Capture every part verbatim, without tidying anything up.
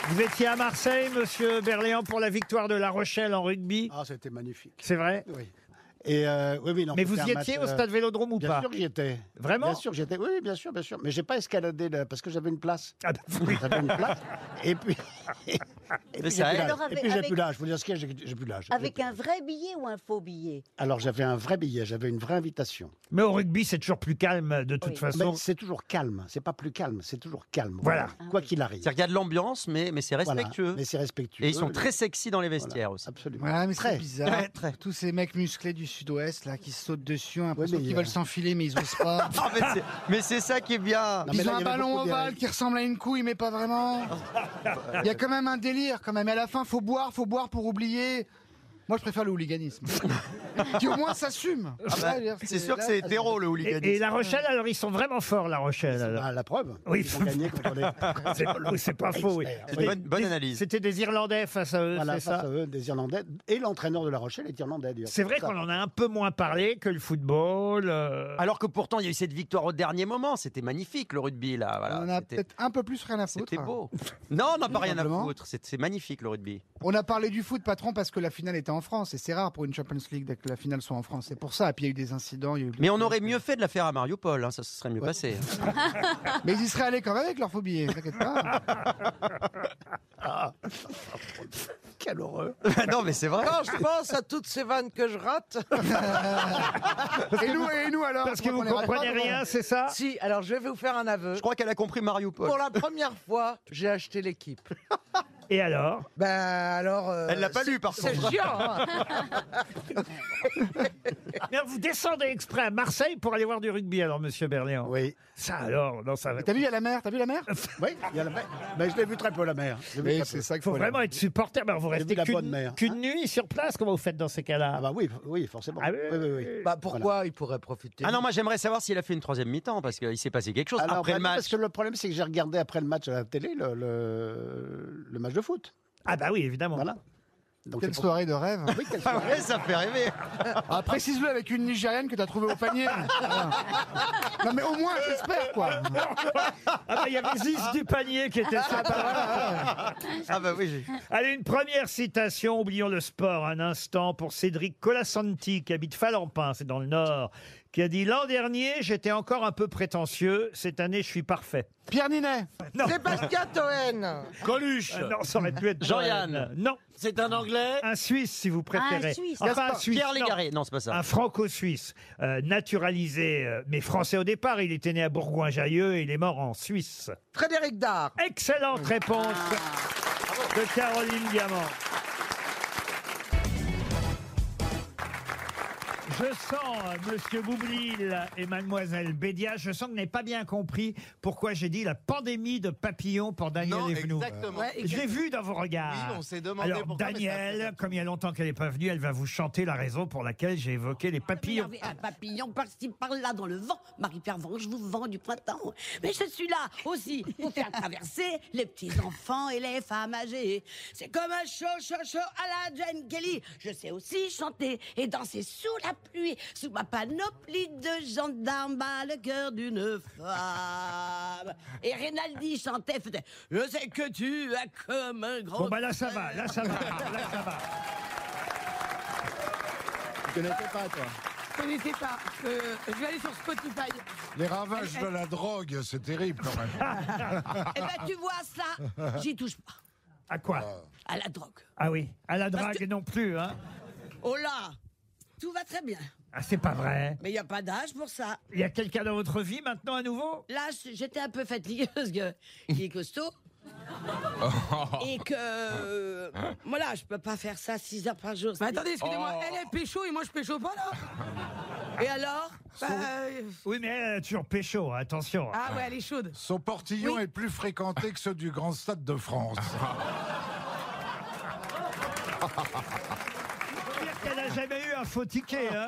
Vous étiez à Marseille, monsieur Berléand, pour la victoire de La Rochelle en rugby. Ah, c'était magnifique. C'est vrai? Oui. Et euh, oui, oui, non, Mais vous c'était y un étiez match, au euh, stade Vélodrome ou Bien pas? sûr que j'y étais. Vraiment? Bien sûr que j'y étais. Oui, oui, bien sûr, bien sûr. Mais j'ai pas escaladé là, parce que j'avais une place. Ah bah oui. J'avais une place. Et puis, et puis j'ai ça plus aide. l'âge. Alors, Et avec- puis j'ai avec- plus l'âge. Je vous dire ce qu'il y a, j'ai j'ai plus l'âge. Avec J'ai un vrai billet ou un faux billet? plus- Alors j'avais un vrai billet, j'avais une vraie invitation. Mais au rugby, c'est toujours plus calme, de toute Oui. façon. Mais c'est toujours calme. C'est pas plus calme, c'est toujours calme. Voilà. Quoi qu'il arrive. C'est-à-dire qu'il y a de l'ambiance, mais, mais c'est Voilà. respectueux. Mais c'est respectueux. Et ils sont Oui, très sexy dans les vestiaires voilà. aussi. Absolument. Ouais, mais Très. c'est bizarre. Ouais, très. Tous ces mecs musclés du sud-ouest là qui sautent dessus, l'impression mais, qu'ils euh, veulent s'enfiler mais ils osent pas. Ah, mais c'est- mais c'est ça qui est bien. Non, mais Ils là, ont il y un avait ballon beaucoup de- ovale qui ressemble à une couille mais pas vraiment. Il y a quand même un délire quand même. Et à la fin, faut boire, faut boire pour oublier. Moi, je préfère le hooliganisme. Qui au moins s'assume. Ah bah, c'est sûr que c'est hétéro le Et, hooliganisme. et La Rochelle, alors ils sont vraiment forts, La Rochelle. alors. Ah, la preuve. Oui. Ils ont gagné contre les. C'est oui, c'est pas faux, oui. Experts. C'est une bonne, bonne Des- analyse. C'était des Irlandais face à eux, Voilà, c'est face ça? à eux, des Irlandais. Et l'entraîneur de La Rochelle est Irlandais, d'ailleurs. C'est vrai Ça. qu'on en a un peu moins parlé que le football. euh. Alors que pourtant, il y a eu cette victoire au dernier moment. C'était magnifique le rugby là. Voilà. On a C'était- peut-être un peu plus rien à foutre. C'était beau. Non, on n'a pas rien à Simplement. foutre. C'est c'est magnifique le rugby. On a parlé du foot, patron, parce que la finale était en France. Et c'est rare pour une Champions League que la finale soit en France. C'est pour ça. Et puis il y a eu des incidents. il y a eu- Mais on aurait mieux fait de la faire à Mariupol. Hein, ça se serait mieux passé. Mais ils y seraient allés quand même avec leur faux billet. T'inquiète pas. Quelle horreur. non, mais c'est vrai. Quand je pense à toutes ces vannes que je rate. Et nous, et nous alors Parce que vous On est raccord, comprenez devant- rien, c'est ça? Si, alors je vais vous faire un aveu. Je crois qu'elle a compris Mariupol. Pour la première fois, j'ai acheté l'équipe. Et alors? Ben alors. euh, Elle l'a pas c'est- lu, par C'est contre. chiant. Hein. Mais alors, vous descendez exprès à Marseille pour aller voir du rugby, alors, monsieur Berléand? Oui. Ça alors, non, ça va. T'as vu, il y a la mer. T'as vu la mer Oui, il y a la mer. Ben, je l'ai vu très peu, la mer. J'ai vu Oui, très c'est peu. ça qu'il Faut faut. vraiment être supporter. Ben, vous J'ai restez vu la bonne qu'une mer. qu'une nuit sur place. Comment vous faites dans ces cas-là? Ah bah oui, oui, forcément. Ah oui, oui, oui, oui. Bah pourquoi il pourrait profiter? Ah non, moi j'aimerais savoir s'il a fait une troisième mi-temps parce qu'il s'est passé quelque chose Alors, après bah le non, match. parce que le problème, c'est que j'ai regardé après le match à la télé le, le, le match de foot. Ah bah oui, évidemment. Voilà. Donc, Quelle c'est pour- soirée de rêve. Oui, quelle Ah soirée. ouais, ça fait rêver. Ah, précise-le avec une Nigériane que t'as trouvée au panier. Voilà. Non mais au moins, j'espère quoi. Ah bah il y avait Ziz du panier qui était sympa. Ah bah oui, j'ai... Allez, une première citation. Oublions le sport un instant pour Cédric Colasanti qui habite Falampin, c'est dans le Nord, qui a dit: l'an dernier, j'étais encore un peu prétentieux. Cette année, je suis parfait. Pierre Ninet. Non. Sébastien Toen. Coluche. Euh, non, ça aurait pu être Jean-Yann. Toen. Non, C'est un Anglais. un Suisse si vous préférez. Un Suisse. Enfin, un Gaspard- Suisse. Pierre non. Légaré. Non, c'est pas ça. Un franco-suisse, euh, naturalisé, euh, mais français au départ. Il était né à Bourgoin-Jallieu et il est mort en Suisse. Frédéric Dard. Excellente réponse de Caroline Diamant. Je sens, euh, Monsieur Boublil et Mademoiselle Bédia, je sens que vous n'avez pas bien compris pourquoi j'ai dit la pandémie de papillons pour Daniel Non, Evenou. exactement. Ouais, J'ai vu dans vos regards. Oui, on s'est demandé Alors, pourquoi, mais ça Daniel, fait- comme il y a longtemps qu'elle n'est pas venue, elle va vous chanter la raison pour laquelle j'ai évoqué les papillons. Il y avait un papillon par-ci par-là dans le vent. Marie-Pierre Vent, je vous vends du printemps. Mais je suis là aussi pour faire traverser les petits-enfants et les femmes âgées. C'est comme un chaud, chaud, chaud à la Jane Kelly. Je sais aussi chanter et danser sous la pluie, sous ma panoplie de gendarmes bat le cœur d'une femme. Et Rinaldi chantait, faisait « Je sais que tu as comme un grand... » Bon, bah là, ça va, là, ça va, là, ça va. Tu connaissais pas toi. Je connaissais pas. Euh, je vais aller sur Spotify. Les ravages de la drogue, c'est terrible quand même. Eh ben, tu vois ça, j'y touche pas. À quoi? À la drogue. Ah oui, à la Parce drague que- non plus, hein. Oh là, tout va très bien. Ah, c'est pas vrai. Mais il n'y a pas d'âge pour ça. Il y a quelqu'un dans votre vie maintenant à nouveau? Là, j'étais un peu fatiguée parce que il est costaud. Et que... euh, voilà, je peux pas faire ça six heures par jour. Mais attendez, excusez-moi, elle est pécho et moi je pécho pas là. Et alors Bah, euh, Oui, mais elle a toujours pécho, attention. Ah ouais, elle est chaude. Son portillon Oui. est plus fréquenté que ceux du Grand Stade de France. Faut dire qu'elle n'a jamais eu un faux ticket, hein.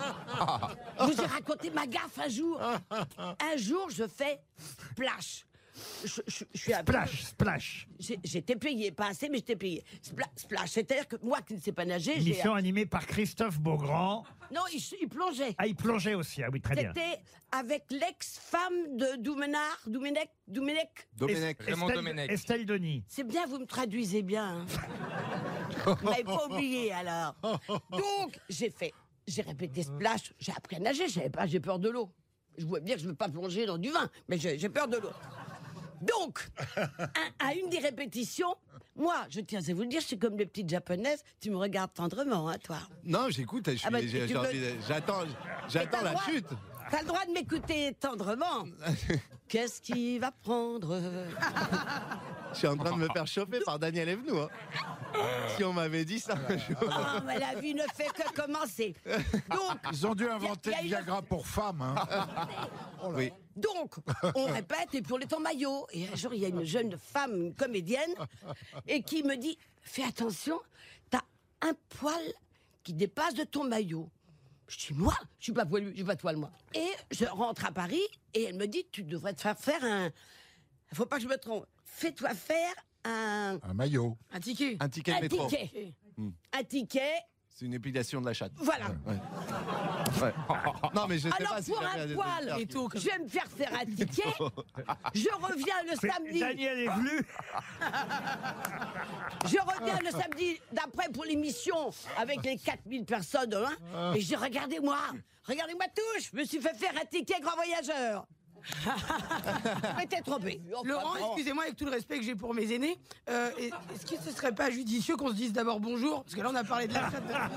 Je vous ai raconté ma gaffe un jour. Un jour, je fais splash. je, je- je suis un peu- Splash, splash. j'ai- J'étais payé, pas assez, mais j'étais payé. Spla- Splash, c'est-à-dire que moi qui ne sais pas nager, j'ai. Émission animée par Christophe Beaugrand. Non, il, il plongeait. Ah, il plongeait aussi. Ah oui, très bien. C'était avec l'ex-femme de Doumenard, Doumenec, Doumenec. Domenech. Raymond Domenech. Estelle Denis. C'est bien, vous me traduisez bien. Hein. Vous m'avez pas oublié alors. Donc, j'ai fait, j'ai répété splash, j'ai appris à nager, je savais pas, j'ai peur de l'eau. Je vois bien que je ne veux pas plonger dans du vin, mais j'ai j'ai peur de l'eau. Donc, à, à une des répétitions, moi, je tiens à vous le dire, je suis comme les petites japonaises, tu me regardes tendrement, hein, toi. Non, j'écoute, je suis- Ah bah, j'ai- tu j'ai veux- envie de- j'attends j'attends t'as la le droit- chute. T'as le droit de m'écouter tendrement. Qu'est-ce qui va prendre? Je suis en train de me faire chauffer par Daniel Evenou. Hein. Si on m'avait dit ça un jour. Oh, mais la vie ne fait que commencer. Donc, Ils ont dû inventer il y a- le il y a une- Viagra pour femmes. Hein. Oui. Donc, on répète, et puis on est en maillot. Et un jour, il y a une jeune femme, une comédienne, et qui me dit, fais attention, t'as un poil qui dépasse de ton maillot. Je dis, moi, je suis pas poilu, j'ai pas de poil, moi. Et je rentre à Paris, et elle me dit, tu devrais te faire faire un... Faut pas que je me trompe. Fais-toi faire un... Un maillot. Un ticket. Un ticket de Un métro. ticket. Hmm. Un ticket. C'est une épilation de la chatte. Voilà. Ouais. Ouais. Non, mais je sais Alors pas si pour jamais il y a un des poil, auditeurs Et tout, qui- je vais me faire faire un ticket. Je reviens le Mais samedi. Daniel est venu. Je reviens le samedi d'après pour l'émission avec les quatre mille personnes. Hein, et je dis, regardez-moi, regardez-moi touche. Je me suis fait faire un ticket grand voyageur. Mais t'es trompé. Laurent, excusez-moi, avec tout le respect que j'ai pour mes aînés, euh, est-ce que ce serait pas judicieux qu'on se dise d'abord bonjour? Parce que là, on a parlé de la chatte de la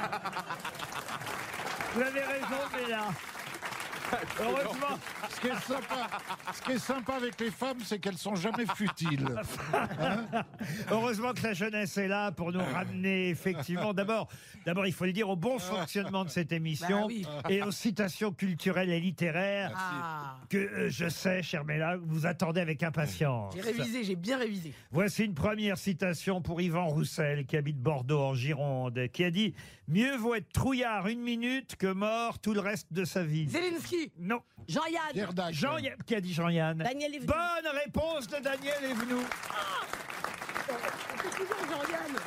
Vous avez raison, mais là. Heureusement. Ce qui est sympa, ce qui est sympa avec les femmes, c'est qu'elles sont jamais futiles. Heureusement que la jeunesse est là pour nous ramener effectivement. D'abord, d'abord, il faut le dire au bon fonctionnement de cette émission Bah oui. et aux citations culturelles et littéraires Ah. que euh, je sais, cher Mella, vous attendez avec impatience. J'ai révisé, j'ai bien révisé. Voici une première citation pour Yvan Roussel, qui habite Bordeaux en Gironde, qui a dit « Mieux vaut être trouillard une minute que mort tout le reste de sa vie. » Zelensky. Non. Jean-Yann. Pierre Dac. Jean, qui a dit Jean-Yann? Daniel Evenou. Bonne réponse de Daniel Evenou. C'est toujours Jean-Yann.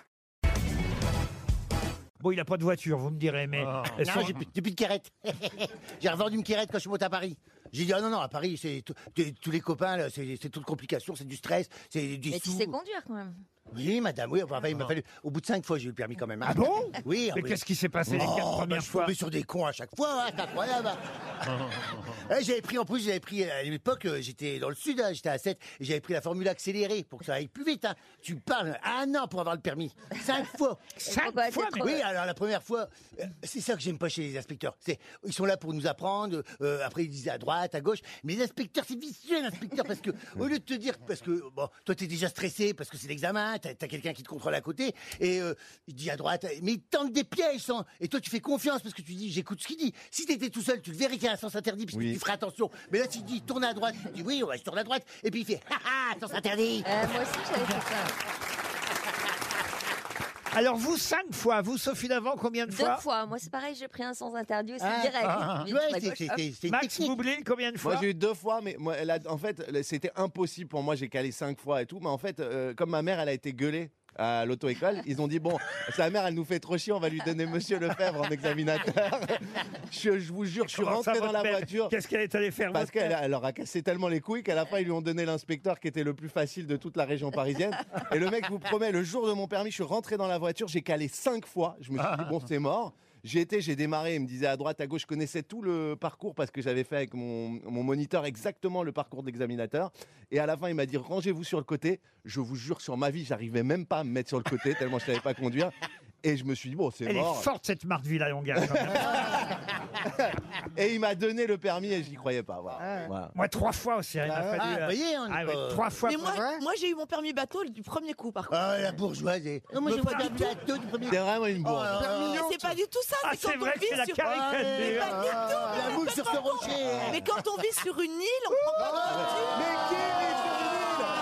Bon, il n'a pas de voiture, vous me direz, mais... elles Non, sont- j'ai plus, j'ai plus de quérette. J'ai revendu une quérette quand je suis monté à Paris. J'ai dit, ah non, non, à Paris, c'est tout- t- tous les copains, là, c'est c'est toute complication, c'est du stress, c'est du Mais tu sous. sais conduire quand même. Oui, madame, oui, enfin, il m'a fallu. Au bout de cinq fois, j'ai eu le permis quand même. hein. Ah bon? Oui. Mais oui. qu'est-ce qui s'est passé les quatre Oh, bah, premières je fois? tombais sur des cons à chaque fois, hein, c'est incroyable. Eh, j'avais pris, en plus, j'avais pris, à l'époque, euh, j'étais dans le sud, hein, j'étais à sept, et j'avais pris la formule accélérée pour que ça aille plus vite. Hein. Tu parles un an pour avoir le permis. Cinq fois. Cinq pourquoi fois, t'es mais- trop- Oui, alors la première fois, euh, c'est ça que j'aime pas chez les inspecteurs. C'est, ils sont là pour nous apprendre. euh, après, ils disent à droite, à gauche. Mais les inspecteurs, c'est vicieux, l'inspecteur, parce que au lieu de te dire, parce que bon, toi, t'es déjà stressé parce que c'est l'examen, t'as, t'as quelqu'un qui te contrôle à côté, et euh, il dit à droite, mais il tente des pièges, sans- et toi, tu fais confiance parce que tu dis, j'écoute ce qu'il dit. Si t'étais tout seul, tu le verrais qu'il y a un sens interdit, parce que Oui. tu ferais attention. Mais là, s'il dit, tourne à droite, tu dis, oui, ouais, je tourne à droite, et puis il fait, ha ha, sens interdit. Euh, moi aussi, j'avais fait ça. Alors vous, cinq fois. Vous, Sophie Davant, combien de Deux fois? fois. Moi, c'est pareil, j'ai pris un sans interdit aussi Ah, direct. ah, Vite ouais, sur la c'est, gauche, c'est, hop. c'est, c'est une Max technique. Boublil, combien de fois? Moi j'ai eu deux fois, mais moi, elle a- en fait c'était impossible pour moi. J'ai calé cinq fois et tout, mais en fait, euh, comme ma mère, elle a été gueulée à l'auto-école, ils ont dit bon, sa mère, elle nous fait trop chier, on va lui donner Monsieur Lefebvre en examinateur. je, je vous jure, je suis Comment ça, rentré dans votre la mère voiture. Qu'est-ce qu'elle est allée faire, Parce votre qu'elle mère elle leur a cassé tellement les couilles qu'à la fin, ils lui ont donné l'inspecteur qui était le plus facile de toute la région parisienne. Et le mec, je vous promets, le jour de mon permis, je suis rentré dans la voiture, j'ai calé cinq fois. Je me suis dit, bon, c'est mort. J'ai été, j'ai démarré, il me disait à droite, à gauche, je connaissais tout le parcours parce que j'avais fait avec mon, mon moniteur exactement le parcours d'examinateur. Et à la fin, il m'a dit, rangez-vous sur le côté. Je vous jure, sur ma vie, j'arrivais même pas à me mettre sur le côté tellement je savais pas conduire. Et je me suis dit, bon, c'est Elle mort. est forte, cette Marthe Villalonga. quand même. Et il m'a donné le permis et j'y croyais pas. Voilà. Voilà. Moi, trois fois aussi. hein, il m'a Ah, fallu, vous euh, voyez, on est ah ouais, pas- trois fois. Mais pour- moi, moi j'ai eu mon permis bateau du premier coup, par contre. Ah, la bourgeoisie. Non, moi, Mais j'ai pas pas du de tout. bateau du premier C'est vraiment une bourde. Oh, là, Mais c'est pas du tout ça. Ah, c'est c'est quand vrai on que c'est vit la sur... caricature. Mais pas du tout. La boule sur ce rocher. Mais quand on vit sur une île, on prend pas de voiture. Mais qui est sur une île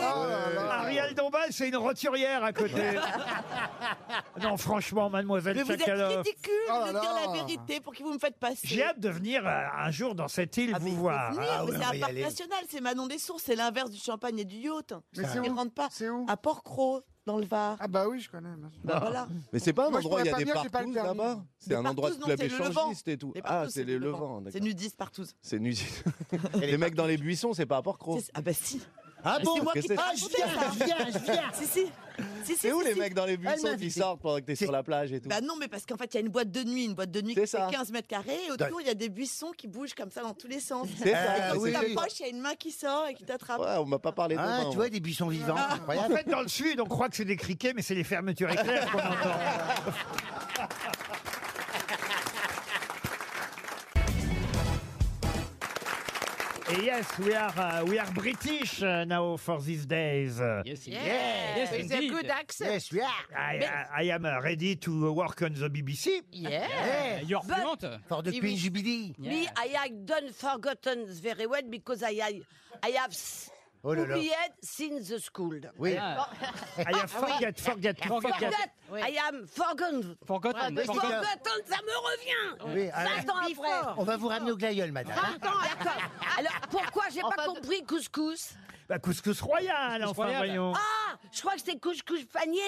Ariel Dombal, c'est une roturière à côté. Non, franchement, mademoiselle Mais vous êtes Tchakaloff. ridicule Oh de là dire là. la vérité pour qui vous me faites passer. J'ai hâte de venir euh, un jour dans cette île Ah, mais vous il faut voir. venir, Ah mais ouais, c'est on va un y parc aller. national, c'est Manon des Sources, c'est l'inverse du champagne et du yacht. Mais c'est Ils où rentrent pas C'est où à Port-Cros, dans le Var. Ah bah oui, je connais. bien sûr. Bah voilà. Mais c'est pas un Moi, je endroit où il y a pourrais des pas venir, j'ai pas le partouzes permis. là-bas. C'est Les un endroit de partouzes, non, club c'est le Levant. échangiste et tout. Les Ah, partouzes, c'est les Levants. C'est d'accord. nudiste partout. C'est nudiste. Les mecs dans les buissons, c'est pas à Port-Cros. Ah bah si. Ah Mais bon c'est moi que qui c'est- t'ai Ah, je raconté viens, ça. je viens, je viens. Si, si. Si, si, C'est où si, les si. mecs dans les Elle buissons m'a qui invité. sortent pendant que t'es C'est- sur la plage et tout? Bah non, mais parce qu'en fait, il y a une boîte de nuit, une boîte de nuit C'est qui ça. fait quinze mètres carrés, et autour, il y a des buissons qui bougent comme ça dans tous les sens. C'est ça, Et quand oui, tu oui. t'approches, il y a une main qui sort et qui t'attrape. Ouais, on m'a pas parlé de Ah, main, tu moi. vois, des buissons vivants. En Incroyable. fait, dans le sud, on croit que c'est des criquets, mais c'est les fermetures éclairs qu'on entend. Et yes, we are uh, we are British uh, now for these days. Uh, Yes, Yes, with a good accent. Yes, we are. I, I, I am uh, ready to work on the B B C. Yeah. You're fluent. For the Queen Jubilee. Me, I have done forgotten very well because I I, I have s- Oh là là. oublied since the school. Oui. Ah. I have forget, forget, forget. Forget. I am forgotten. Forgotten. Ouais, Forgotten. Forgotten, ça me revient. Oui, alors, Vingt ans après. on va vous ramener au glaïeul, madame. hein. Attends, d'accord. Alors, pourquoi j'ai pas compris couscous? Bah, couscous royal, enfin, royal. voyons. Ah, je crois que c'était couscous panier.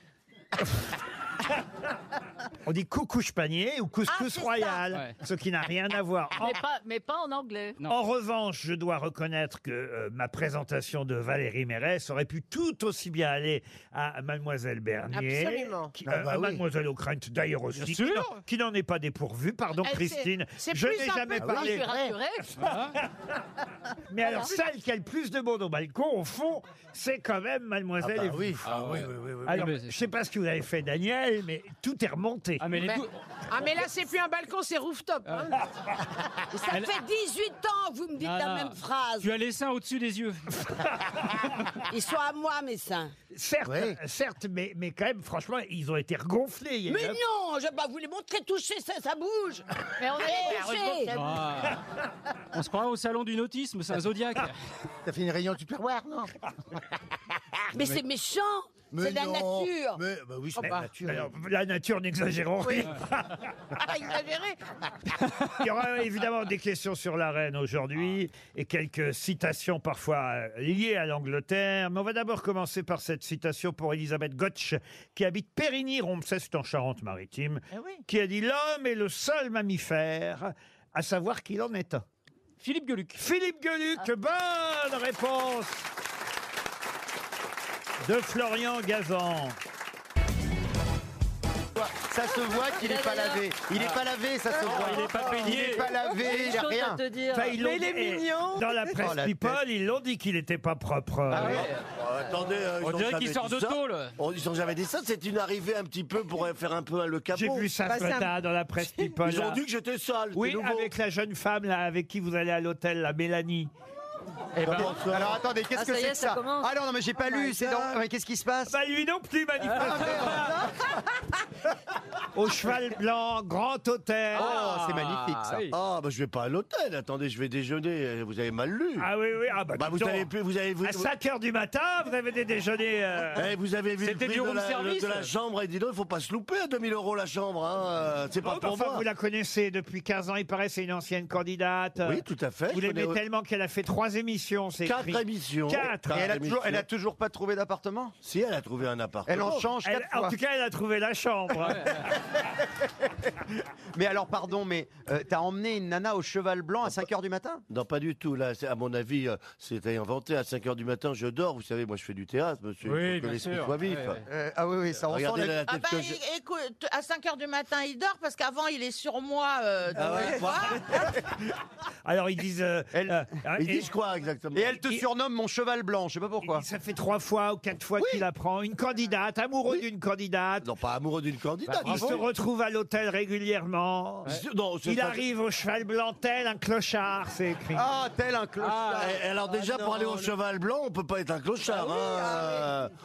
On dit coucouche panier ou couscous Ah, c'est ça. royal, Ouais. ce qui n'a rien à voir. En, Mais pas, mais pas en anglais. Non. en revanche, je dois reconnaître que euh, ma présentation de Valérie Mérès aurait pu tout aussi bien aller à Mademoiselle Bernier, Absolument. qui- Ah euh, bah à oui. Mademoiselle Ockrent d'ailleurs aussi, Bien qui sûr. n'en- qui n'en est pas dépourvue. Pardon, Elle, c'est- Christine, c'est je plus n'ai un jamais peu- parlé. Je suis rassurée. Mais alors, celle qui a le plus de monde au balcon, au fond, c'est quand même Mademoiselle. Ah bah et vous. oui. Ah oui, oui, oui, oui. Alors, mais c'est- je sais pas ce que vous avez fait, Daniel, mais tout est remonté. Ah, mais les Mais- dou- Ah, mais là, c'est plus un balcon, c'est rooftop. hein. Ça Elle- fait dix-huit ans que vous me dites Ah, la non. même phrase. Tu as les seins au-dessus des yeux. Ils sont à moi, mes seins. Certes, Ouais. certes, mais, mais quand même, franchement, ils ont été regonflés. Il y a Mais eu un- non, je vais pas vous les montrer, toucher, ça, ça bouge. Mais on est touché. Ah. On se croirait au salon du nautisme, c'est un zodiaque. T'as fait une réunion Tupperware, non? Mais c'est méchant. Mais C'est la non. nature. Mais, bah oui, c'est la nature. Alors, la nature, n'exagérons rien. pas exagéré. Il y aura évidemment des questions sur la reine aujourd'hui et quelques citations parfois euh, liées à l'Angleterre. Mais on va d'abord commencer par cette citation pour Elisabeth Gotch, qui habite Périgny-Rompsay, c'est en Charente-Maritime, qui a dit « L'homme est le seul mammifère à savoir qu'il en est un ». Philippe Gueluc. Philippe Gueluc, bonne réponse de Florian Gazan. Ça se voit qu'il n'est pas lavé. Il n'est pas lavé, ça se voit. Il n'est pas Il peigné. n'est pas lavé, il n'y a rien. Enfin, ils l'ont dit- Dans la presse Oh, la People, ils l'ont dit qu'il n'était pas propre. Ah ouais. Euh, attendez, euh, On ils ont dirait jamais qu'il sort dit de ça. tôle. On- Ils ont jamais dit ça, c'est une arrivée un petit peu pour faire un peu le capot. J'ai vu ça Bah, ce c'est matin dans la presse People. Ils ont là. dit que j'étais sale. Oui, c'est nouveau. avec la jeune femme là, avec qui vous allez à l'hôtel, la Mélanie. Eh ben, alors attendez, qu'est-ce Ah, que ça y c'est est, que ça ça commence. Ah non, non, mais j'ai pas lu. C'est dans... mais qu'est-ce qui se passe Bah lui non plus, manifestement. Au cheval blanc, grand hôtel. Oh, c'est magnifique ça. oui. Ah, bah je vais pas à l'hôtel. Attendez, je vais déjeuner. Vous avez mal lu. Ah oui, oui, ah bah, Bah, dis vous donc. avez pu, vous avez vu. À cinq heures du matin, vous avez des déjeuners. euh, Eh, vous avez vu le C'était prix du de room la, service. de la chambre et dis donc, il faut pas se louper à deux mille euros la chambre. Hein. euh, C'est pas oh, bah, pour enfin, moi. vous la connaissez depuis quinze ans, il paraît, c'est une ancienne candidate. Oui, tout à fait. Vous je l'aimez connais- tellement qu'elle a fait trois émissions, c'est Quatre écrit. émissions. Quatre. Et elle a, émissions. toujours, elle a toujours pas trouvé d'appartement. Si, elle a trouvé un appartement. Elle en change Elle- quatre en fois. tout cas, elle a trouvé la chambre. Mais alors, pardon, mais euh, t'as emmené une nana au cheval blanc à cinq heures du matin? Non, pas du tout. Là, c'est- à mon avis, euh, c'était inventé. À cinq heures du matin, je dors. Vous savez, moi, je fais du théâtre, monsieur. Oui, Il faut que bien l'esprit sûr. soit vif. Ouais, ouais. Euh, Ah oui, oui, ça ressent Regardez la- la Ah tête bah, que j'ai. é- écoute, à cinq heures du matin, il dort parce qu'avant, il est sur moi. euh, Ah tous les ouais. soirs. Alors ils disent. euh, Elle- euh, hein, Ils et- disent quoi exactement? Et elle te Et- surnomme mon cheval blanc, je sais pas pourquoi. et ça fait trois fois ou quatre fois qu'il apprend. Une candidate, amoureux d'une candidate. Non, pas amoureux d'une candidate. Il se retrouve à l'hôtel régulièrement. C'est- Non, c'est Il pas- arrive au cheval blanc tel un clochard, c'est écrit. Ah, tel un clochard. Ah, et- alors déjà, Ah, pour aller non, au le- cheval blanc, on peut pas être un clochard. hein.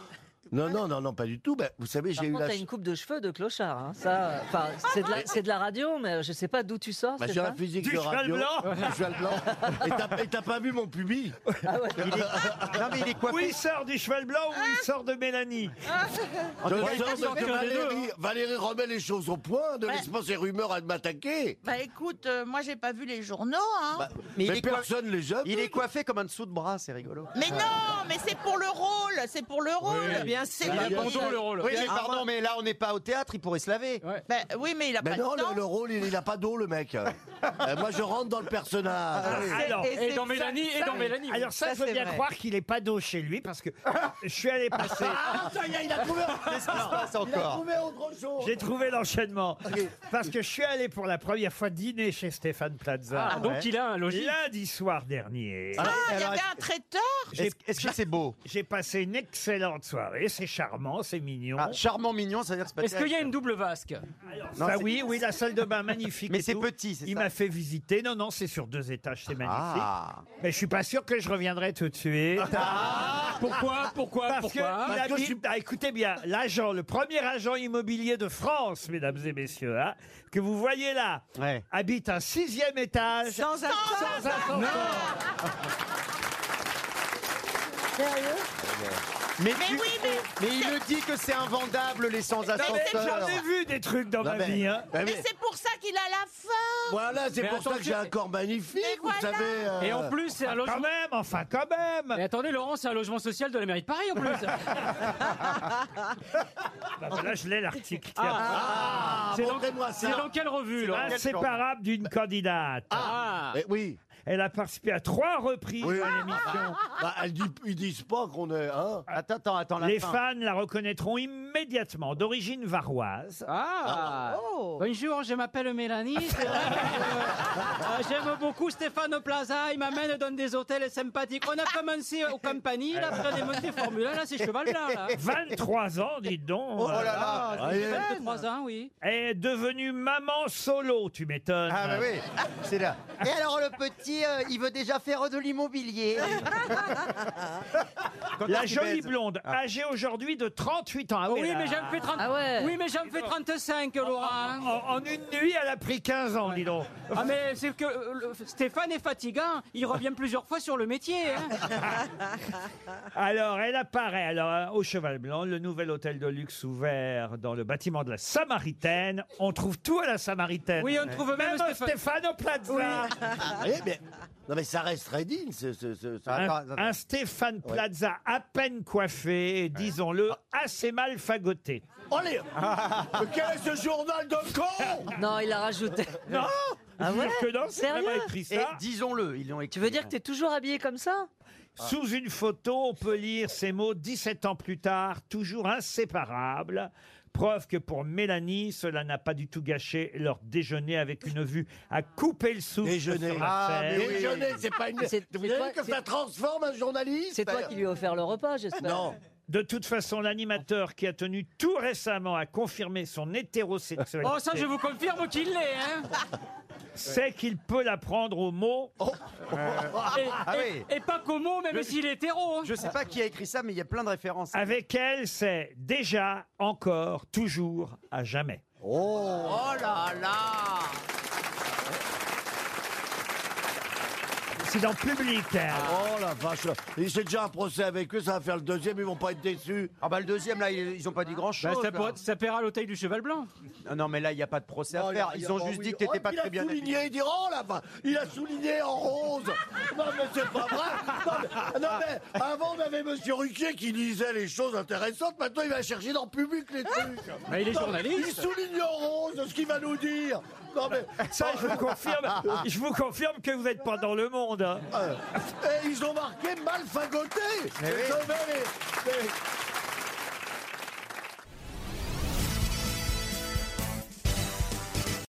Non, non, non, non, pas du tout. Ben, vous savez, Par j'ai eu contre, la t'as une coupe de cheveux de clochard. Hein. Ça, enfin, c'est de, la- c'est de la radio, mais je sais pas d'où tu sors. Bah, c'est j'ai ça un physique Du de cheval radio. blanc. Du cheval blanc. Et t'as- Et t'as pas vu mon pubis Ah ouais. Il est... Non, mais il est coiffé. Ou il sort du cheval blanc ou il sort de Mélanie. Je Ouais, sens il sort que que des deux, Valérie, Valérie remet les choses au point, ne Ouais. laisse pas ces rumeurs à m'attaquer. Bah écoute, euh, moi j'ai pas vu les journaux, hein. Bah, Mais mais il est quoi- personne les a Il vus. est coiffé comme un dessous de bras, c'est rigolo. Mais non, mais c'est pour le rôle, c'est pour le rôle. Oui. Bien, c'est Il a lui. bandeau le rôle. Oui, mais pardon, mais là, on n'est pas au théâtre, il pourrait se laver. Ouais. Bah, oui, mais il a Mais pas non, de temps. le, le rôle, il, il a pas d'eau, le mec. Euh, moi, je rentre dans le personnage. Alors, Et Et c'est dans ça- Mélanie, et ça- dans Mélanie. alors ça, Ça, je veux c'est bien vrai. croire qu'il n'est pas d'eau chez lui parce que je suis allé passer. Ah, ça y est, il a trouvé, Qu'est-ce qui se passe il a encore trouvé autre chose. J'ai trouvé l'enchaînement. Parce que je suis allé pour la première fois dîner chez Stéphane Plaza. Ah, donc il a un logis. Lundi soir dernier. Ah, il y alors, avait un traiteur. J'ai- Est-ce est-ce que c'est beau J'ai passé une excellente soirée. C'est charmant, c'est mignon. Ah, charmant, mignon, ça veut dire que c'est pas Est-ce qu'il y a terrible. une double vasque Non, Ça, c'est- oui, oui, la salle de bain magnifique. Mais et c'est tout. petit, c'est Il ça m'a fait visiter. Non, non, c'est sur deux étages, c'est magnifique. Ah. Mais je suis pas sûr que je reviendrai tout de suite. Pourquoi Pourquoi Parce Pourquoi que, il Parce que habite- je suis- ah, écoutez bien, l'agent, le premier agent immobilier de France, mesdames et messieurs, hein, que vous voyez là, Ouais. habite un sixième étage. Sans sans ascenseur. ascenseur. Mais, Mais tu- oui, mais- mais il me dit que c'est invendable, les sans Non, mais ascenseur. j'en ai vu des trucs dans Non, ma mais- vie. Hein. mais- Mais c'est pour ça qu'il a la faim. Voilà, c'est Mais pour ça que attention- j'ai un corps magnifique, Mais vous voilà. savez. euh, Et en plus, c'est un Quand logement. même, enfin, quand même. Mais attendez, Laurent, c'est un logement social de la mairie de Paris en plus. Bah, voilà, je l'ai l'article. tiens. Ah, C'est dans, montrez-moi c'est ça. dans quelle revue, Laurent Inséparable d'une candidate. Ah, Mais oui. Elle a participé à trois reprises Oui. à l'émission. Bah, elle dit, ils disent pas qu'on est. Hein. Attends, attends, attends, la Les fin. fans la reconnaîtront immédiatement. D'origine varoise. ah. Oh. Bonjour, je m'appelle Mélanie. C'est vrai que, euh, j'aime beaucoup Stéphane Plaza. Il m'amène dans des hôtels sympathiques. On a commencé aux compagnies, là, après des montées Formule un, là, c'est cheval blanc, là. vingt-trois ans, dites donc. Oh là là. Ah, Ah, j'ai il est vingt-trois ans, oui. Elle est devenue maman solo, tu m'étonnes. Ah bah oui, c'est là. Et alors le petit, euh, il veut déjà faire de l'immobilier. Quand La est-ce qu'il jolie baise blonde, âgée aujourd'hui de trente-huit ans. Ah Oh, oui, elle mais a- j'en fais trente. Ah ouais. Oui, mais j'en fais trente-cinq, Laurent. En, en une nuit, elle a pris quinze ans, dis donc. Ah, mais c'est que euh, le- Stéphane est fatigant. Il revient plusieurs fois sur le métier. hein. Alors, elle apparaît alors hein, au Cheval Blanc, le nouvel hôtel de luxe ouvert dans le bâtiment de la Samaritaine. On trouve tout à la Samaritaine. Oui, on trouve même Même Stéphane. Stéphane Plaza. Ah, eh, mais, non, mais ça reste très digne. ce- ce- ce- ce- Un, Attends, attends. un Stéphane Plaza à peine coiffé et, disons-le, assez mal fagoté. Allez Mais quel est ce journal de con Non, il a rajouté. Non Ah Je vous ouais jure que non, c'est Sérieux vraiment écrit Et ça. disons-le, ils l'ont écrit. Tu veux dire que t'es toujours habillé comme ça? Sous une photo, on peut lire ces mots dix-sept ans plus tard, toujours inséparables. Preuve que pour Mélanie, cela n'a pas du tout gâché leur déjeuner avec une vue à couper le souffle Déjeuner. sur la Ah, scène. mais oui. Déjeuner, c'est pas une. C'est- Vous c'est avez toi- vu que c'est- ça transforme un journaliste C'est toi qui lui as offert le repas, j'espère. Non. De toute façon, l'animateur qui a tenu tout récemment à confirmer son hétérosexualité Oh, ça, je vous confirme qu'il l'est. Hein. sait qu'il peut la prendre au mot. Et, Ah et- oui. et pas qu'au mot, même s'il est hétéro. hein. Je sais pas qui a écrit ça, mais il y a plein de références. Avec elle, c'est déjà, encore, toujours, à jamais. Oh, Oh là là. C'est dans Public. hein. Oh la vache. Et c'est déjà un procès avec eux, ça va faire le deuxième, ils vont pas être déçus. Ah bah le deuxième là, ils, ils ont pas dit grand Bah, chose. ça, pourrait- ça paiera l'hôtel du Cheval Blanc. Non, non, mais là il y a pas de procès à Oh, faire. il y a- Ils ont oh, juste oui. dit que t'étais Oh, pas il très a bien souligné, habillé. il dit oh la vache, il a souligné en rose. Non mais c'est pas vrai. Non mais, non, mais avant on avait Monsieur Ruquier qui disait les choses intéressantes, maintenant il va chercher dans le public les trucs. Bah, il est Non, journaliste. Il souligne en rose ce qu'il va nous dire. Non mais Ça, je vous confirme, je vous confirme que vous n'êtes pas dans le monde. hein. Euh, et ils ont marqué mal fagoté. Mais oui. Vous savez, les- les-